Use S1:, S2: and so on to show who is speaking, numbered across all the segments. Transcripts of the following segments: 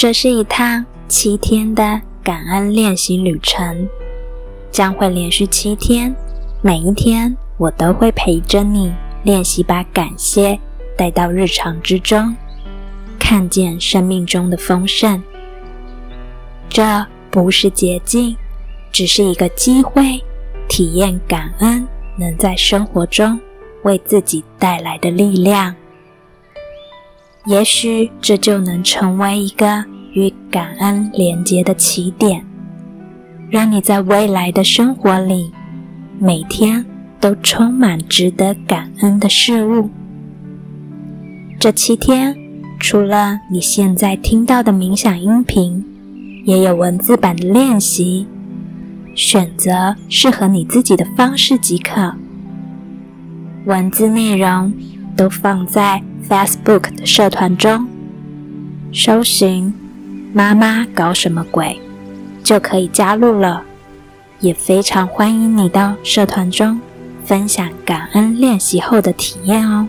S1: 这是一趟7天的感恩练习旅程，将会连续7天，每一天我都会陪着你练习把感谢带到日常之中，看见生命中的丰盛。这不是捷径，只是一个机会，体验感恩能在生活中为自己带来的力量。也许这就能成为一个与感恩连结的起点，让你在未来的生活里，每天都充满值得感恩的事物。这7天，除了你现在听到的冥想音频，也有文字版的练习，选择适合你自己的方式即可。文字内容都放在 Facebook 的社团中，搜寻妈妈搞什么鬼就可以加入了，也非常欢迎你到社团中分享感恩练习后的体验哦。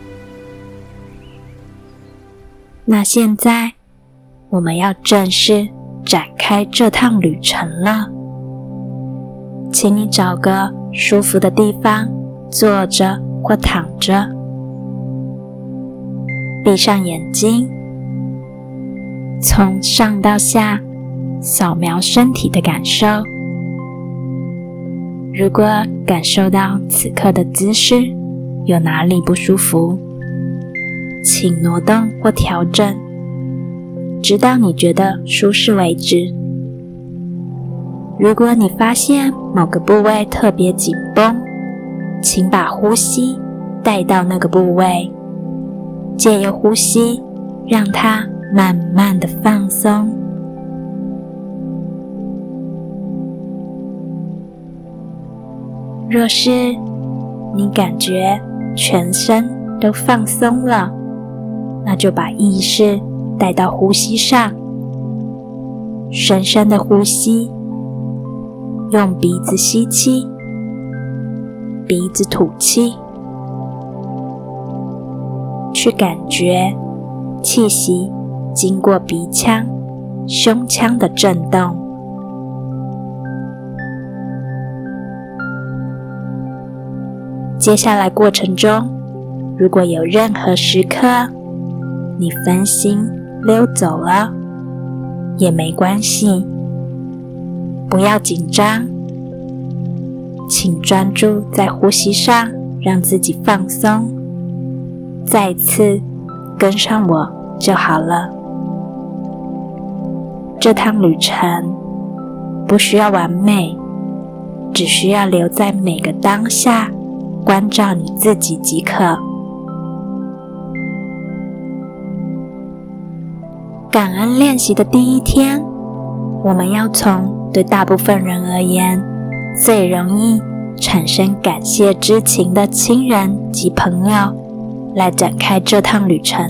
S1: 那现在我们要正式展开这趟旅程了，请你找个舒服的地方坐着或躺着，闭上眼睛，从上到下扫描身体的感受。如果感受到此刻的姿势有哪里不舒服，请挪动或调整，直到你觉得舒适为止。如果你发现某个部位特别紧绷，请把呼吸带到那个部位，借由呼吸让它慢慢的放松。若是你感觉全身都放松了，那就把意识带到呼吸上，深深的呼吸，用鼻子吸气，鼻子吐气，去感觉气息经过鼻腔、胸腔的震动。接下来过程中，如果有任何时刻你分心溜走了，也没关系，不要紧张，请专注在呼吸上，让自己放松，再次跟上我就好了。这趟旅程不需要完美，只需要留在每个当下，关照你自己即可。感恩练习的第1天，我们要从对大部分人而言最容易产生感谢之情的亲人及朋友来展开这趟旅程。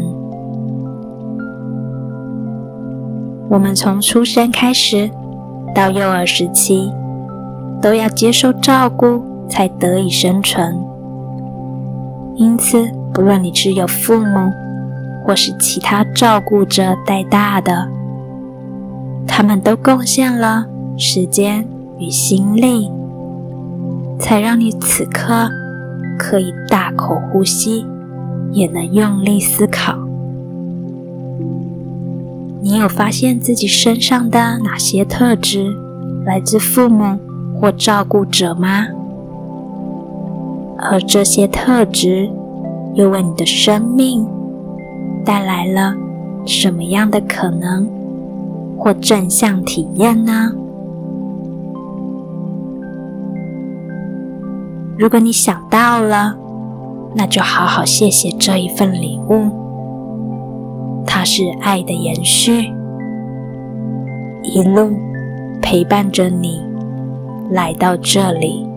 S1: 我们从出生开始到幼儿时期，都要接受照顾才得以生存。因此，不论你是由父母或是其他照顾者带大的，他们都贡献了时间与心力，才让你此刻可以大口呼吸，也能用力思考。你有发现自己身上的哪些特质来自父母或照顾者吗？而这些特质又为你的生命带来了什么样的可能或正向体验呢？如果你想到了，那就好好谢谢这一份礼物，它是爱的延续，一路陪伴着你来到这里。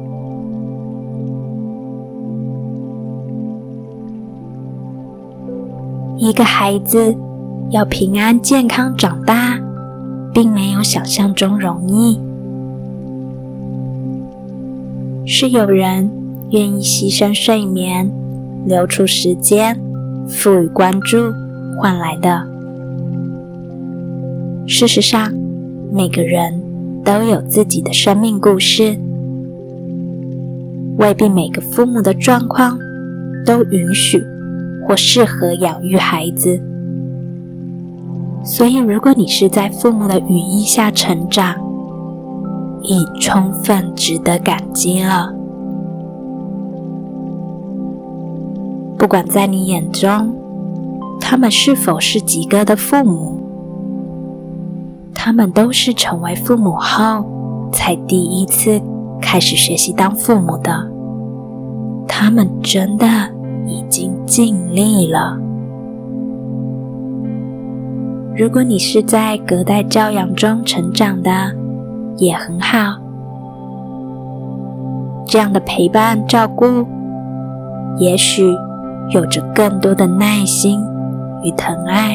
S1: 一个孩子要平安健康长大，并没有想象中容易，是有人愿意牺牲睡眠，留出时间，赋予关注换来的。 事实上，每个人都有自己的生命故事，未必每个父母的状况都允许或适合养育孩子。所以如果你是在父母的羽翼下成长，已充分值得感激了。不管在你眼中，他们是否是及格的父母，他们都是成为父母后才第一次开始学习当父母的，他们真的已经尽力了。如果你是在隔代教养中成长的，也很好。这样的陪伴照顾，也许有着更多的耐心与疼爱。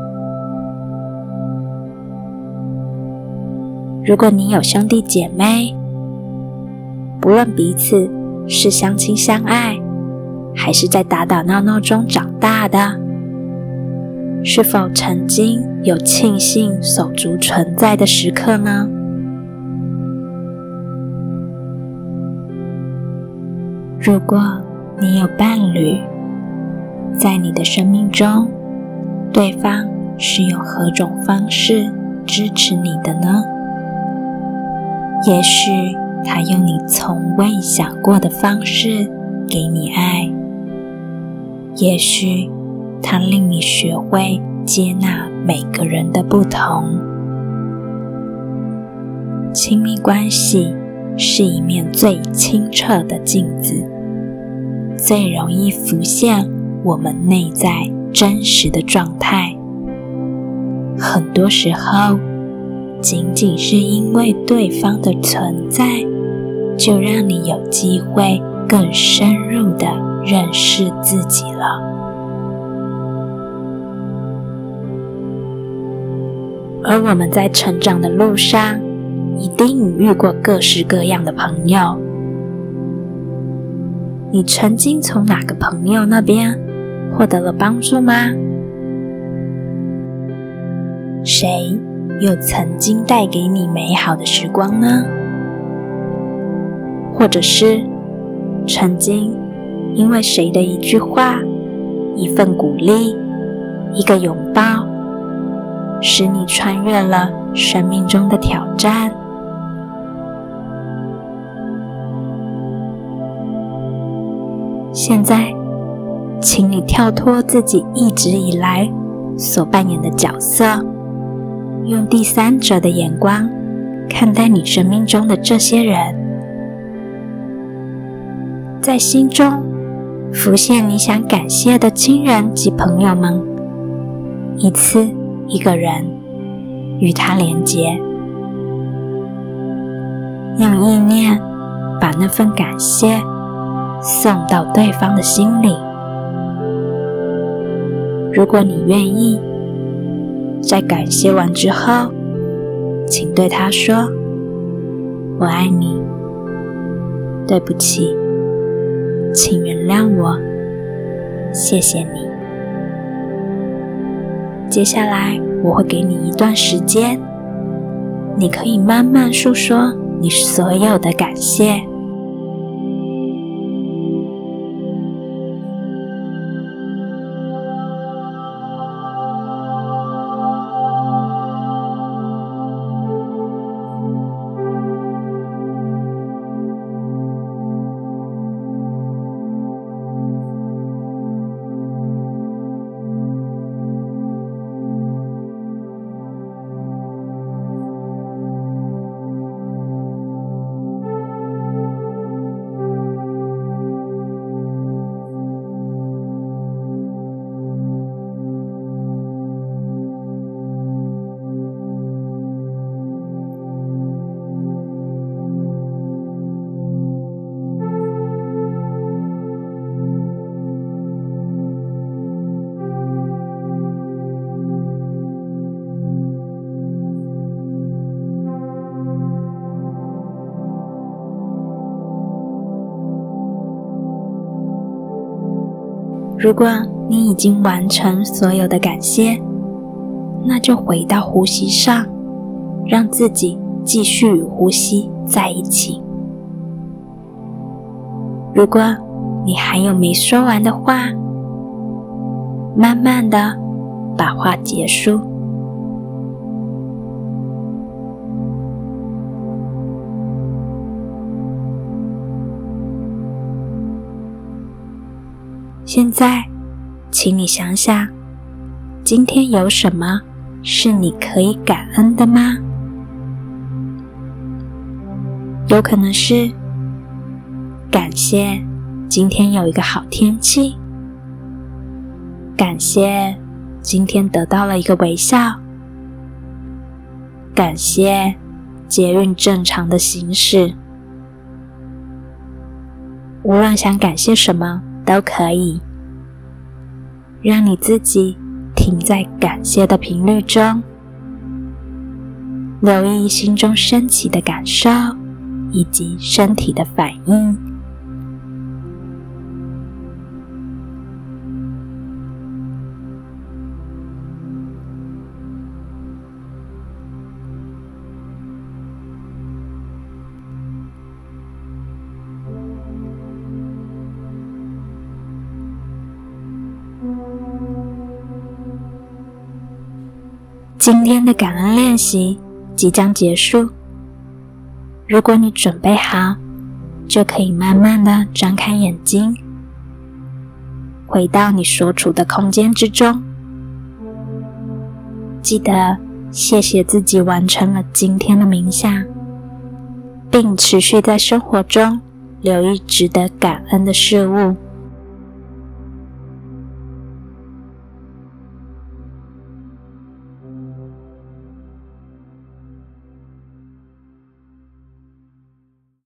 S1: 如果你有兄弟姐妹，不论彼此是相亲相爱，还是在打打闹闹中长大的，是否曾经有庆幸手足存在的时刻呢？如果你有伴侣，在你的生命中，对方是用何种方式支持你的呢？也许他用你从未想过的方式给你爱，也许他令你学会接纳每个人的不同。亲密关系是一面最清澈的镜子，最容易浮现我们内在真实的状态。很多时候，仅仅是因为对方的存在，就让你有机会更深入地认识自己了。而我们在成长的路上，一定遇过各式各样的朋友。你曾经从哪个朋友那边获得了帮助吗？谁又曾经带给你美好的时光呢？或者是曾经因为谁的一句话、一份鼓励、一个拥抱，使你穿越了生命中的挑战？现在，请你跳脱自己一直以来所扮演的角色，用第三者的眼光看待你生命中的这些人，在心中浮现你想感谢的亲人及朋友们，一次一个人与他连结，用意念把那份感谢送到对方的心里。如果你愿意，在感谢完之后，请对他说：我爱你，对不起，请原谅我，谢谢你。接下来我会给你一段时间，你可以慢慢述说你所有的感谢。如果你已经完成所有的感谢， 那就回到呼吸上，让自己继续与呼吸在一起。如果你还有没说完的话，慢慢的把话结束。现在，请你想想，今天有什么是你可以感恩的吗？有可能是感谢今天有一个好天气，感谢今天得到了一个微笑，感谢捷运正常的行驶。无论想感谢什么都可以，让你自己停在感谢的频率中，留意心中升起的感受以及身体的反应。今天的感恩练习即将结束，如果你准备好，就可以慢慢的张开眼睛，回到你所处的空间之中。记得谢谢自己完成了今天的冥想，并持续在生活中留意值得感恩的事物。